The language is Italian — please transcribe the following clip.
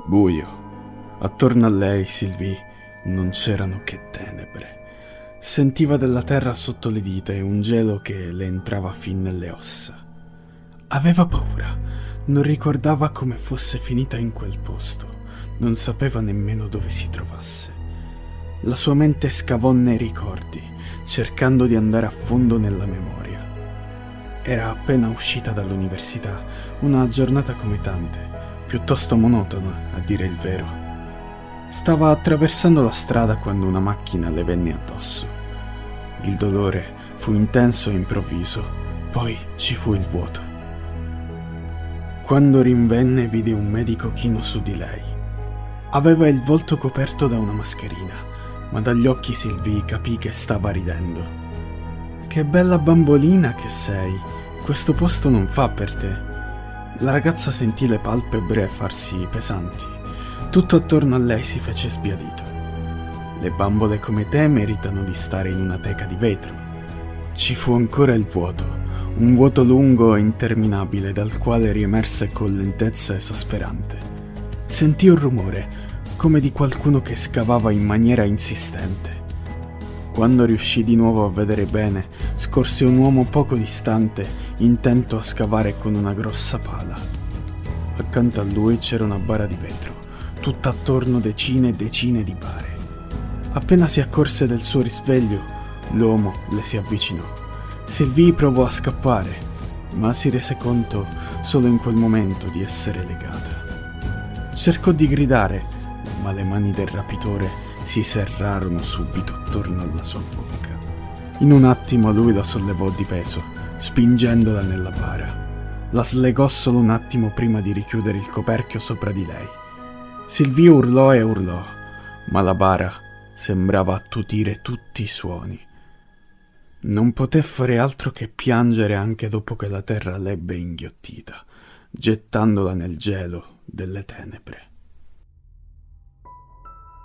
Buio. Attorno a lei, Sylvie, non c'erano che tenebre. Sentiva della terra sotto le dita e un gelo che le entrava fin nelle ossa. Aveva paura, non ricordava come fosse finita in quel posto, non sapeva nemmeno dove si trovasse. La sua mente scavò nei ricordi, cercando di andare a fondo nella memoria. Era appena uscita dall'università, una giornata come tante, piuttosto monotona, a dire il vero. Stava attraversando la strada quando una macchina le venne addosso. Il dolore fu intenso e improvviso, poi ci fu il vuoto. Quando rinvenne vide un medico chino su di lei. Aveva il volto coperto da una mascherina, ma dagli occhi Sylvie capì che stava ridendo. «Che bella bambolina che sei! Questo posto non fa per te!» La ragazza sentì le palpebre farsi pesanti. Tutto attorno a lei si fece sbiadito. «Le bambole come te meritano di stare in una teca di vetro». Ci fu ancora il vuoto. Un vuoto lungo e interminabile dal quale riemerse con lentezza esasperante. Sentì un rumore, come di qualcuno che scavava in maniera insistente. Quando riuscì di nuovo a vedere bene, scorse un uomo poco distante, intento a scavare con una grossa pala. Accanto a lui c'era una bara di vetro, tutta attorno decine e decine di bare. Appena si accorse del suo risveglio, l'uomo le si avvicinò. Sylvie provò a scappare, ma si rese conto solo in quel momento di essere legata. Cercò di gridare, ma le mani del rapitore si serrarono subito attorno alla sua bocca. In un attimo lui la sollevò di peso, spingendola nella bara. La slegò solo un attimo prima di richiudere il coperchio sopra di lei. Sylvie urlò e urlò, ma la bara sembrava attutire tutti i suoni. Non poté fare altro che piangere anche dopo che la terra l'ebbe inghiottita, gettandola nel gelo delle tenebre.